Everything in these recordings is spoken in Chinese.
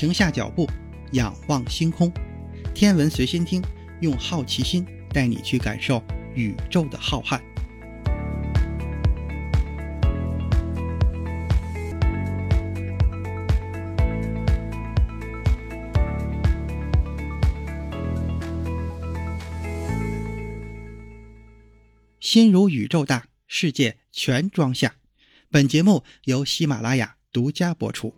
停下脚步，仰望星空。天文随心听，用好奇心带你去感受宇宙的浩瀚。心如宇宙大，世界全装下。本节目由喜马拉雅独家播出。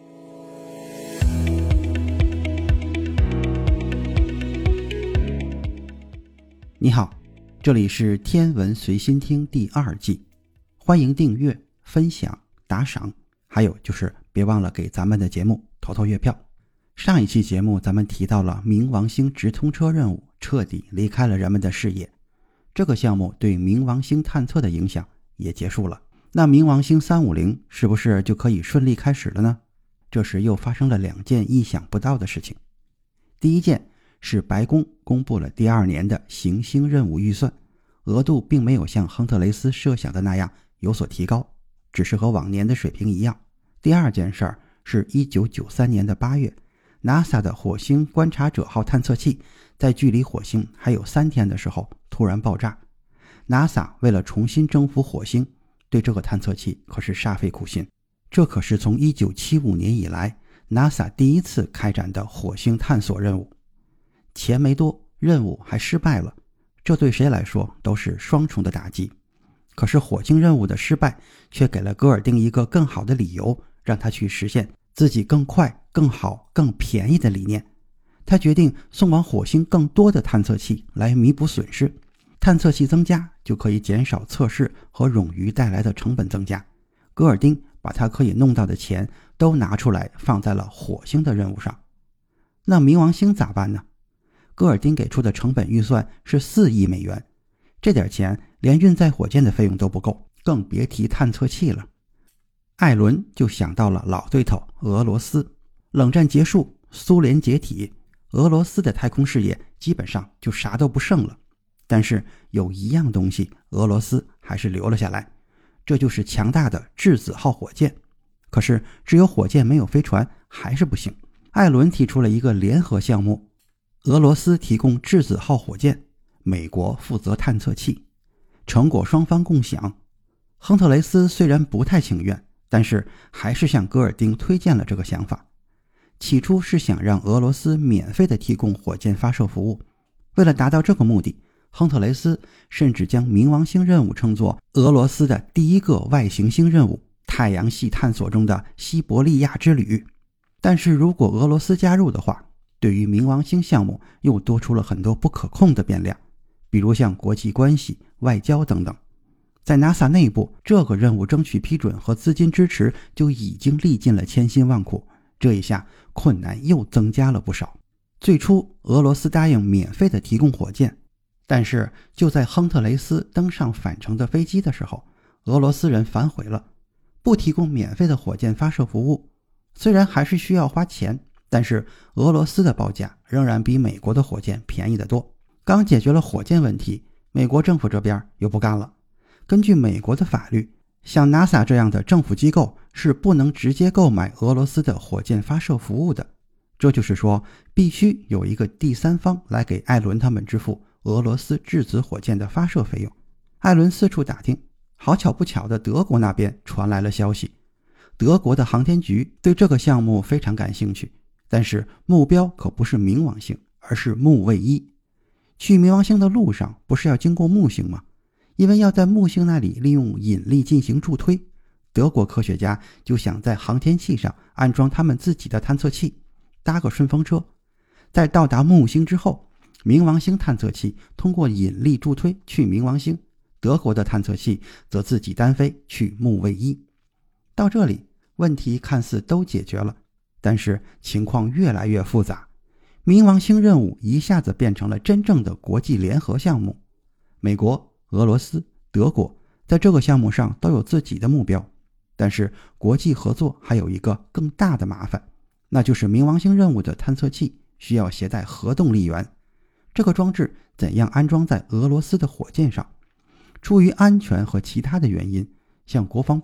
你好，这里是天文随心听第2季，欢迎订阅、分享、打赏，还有就是别忘了给咱们的节目投月票。上一期节目咱们提到了冥王星直通车任务彻底离开了人们的视野，这个项目对冥王星探测的影响也结束了。那冥王星350是不是就可以顺利开始了呢？这时又发生了2件意想不到的事情。第一件是白宫公布了第2年的行星任务预算，额度并没有像亨特雷斯设想的那样有所提高，只是和往年的水平一样。第二件事儿是1993年的8月，NASA 的火星观察者号探测器在距离火星还有3天的时候突然爆炸。NASA 为了重新征服火星，对这个探测器可是煞费苦心。这可是从1975年以来 NASA 第一次开展的火星探索任务。钱没多，任务还失败了，这对谁来说都是双重的打击。可是火星任务的失败却给了戈尔丁一个更好的理由，让他去实现自己更快、更好、更便宜的理念。他决定送往火星更多的探测器来弥补损失，探测器增加就可以减少测试和冗余带来的成本增加。戈尔丁把他可以弄到的钱都拿出来放在了火星的任务上。那冥王星咋办呢？戈尔丁给出的成本预算是4亿美元，这点钱连运载火箭的费用都不够，更别提探测器了。艾伦就想到了老对头俄罗斯。冷战结束，苏联解体，俄罗斯的太空事业基本上就啥都不剩了。但是有一样东西俄罗斯还是留了下来，这就是强大的质子号火箭。可是只有火箭没有飞船还是不行。艾伦提出了一个联合项目，俄罗斯提供质子号火箭，美国负责探测器，成果双方共享。亨特雷斯虽然不太情愿，但是还是向戈尔丁推荐了这个想法。起初是想让俄罗斯免费地提供火箭发射服务，为了达到这个目的，亨特雷斯甚至将冥王星任务称作俄罗斯的第一个外行星任务，太阳系探索中的西伯利亚之旅。但是如果俄罗斯加入的话，对于冥王星项目又多出了很多不可控的变量，比如像国际关系、外交等等。在 NASA 内部，这个任务争取批准和资金支持就已经历尽了千辛万苦，这一下困难又增加了不少。最初俄罗斯答应免费的提供火箭，但是就在亨特雷斯登上返程的飞机的时候，俄罗斯人反悔了，不提供免费的火箭发射服务。虽然还是需要花钱，但是俄罗斯的报价仍然比美国的火箭便宜得多。刚解决了火箭问题，美国政府这边又不干了。根据美国的法律，像 NASA 这样的政府机构是不能直接购买俄罗斯的火箭发射服务的。这就是说，必须有一个第三方来给艾伦他们支付俄罗斯质子火箭的发射费用。艾伦四处打听，好巧不巧的德国那边传来了消息。德国的航天局对这个项目非常感兴趣，但是目标可不是冥王星，而是木卫一。去冥王星的路上不是要经过木星吗？因为要在木星那里利用引力进行助推，德国科学家就想在航天器上安装他们自己的探测器，搭个顺风车。在到达木星之后，冥王星探测器通过引力助推去冥王星，德国的探测器则自己单飞去木卫一。到这里问题看似都解决了，但是情况越来越复杂。冥王星任务一下子变成了真正的国际联合项目，美国、俄罗斯、德国在这个项目上都有自己的目标，但是国际合作还有一个更大的麻烦，那就是冥王星任务的探测器需要携带核动力源，这个装置怎样安装在俄罗斯的火箭上？出于安全和其他的原因，像国防部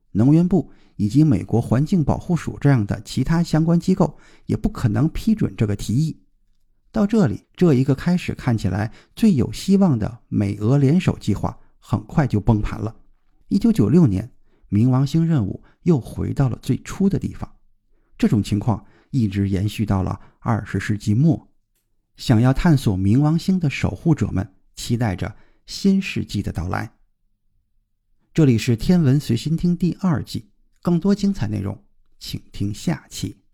能源部以及美国环境保护署这样的其他相关机构也不可能批准这个提议。到这里，这一个开始看起来最有希望的美俄联手计划很快就崩盘了。1996年，冥王星任务又回到了最初的地方。这种情况一直延续到了20世纪末。想要探索冥王星的守护者们期待着新世纪的到来。这里是天文随心听第2季，更多精彩内容请听下期。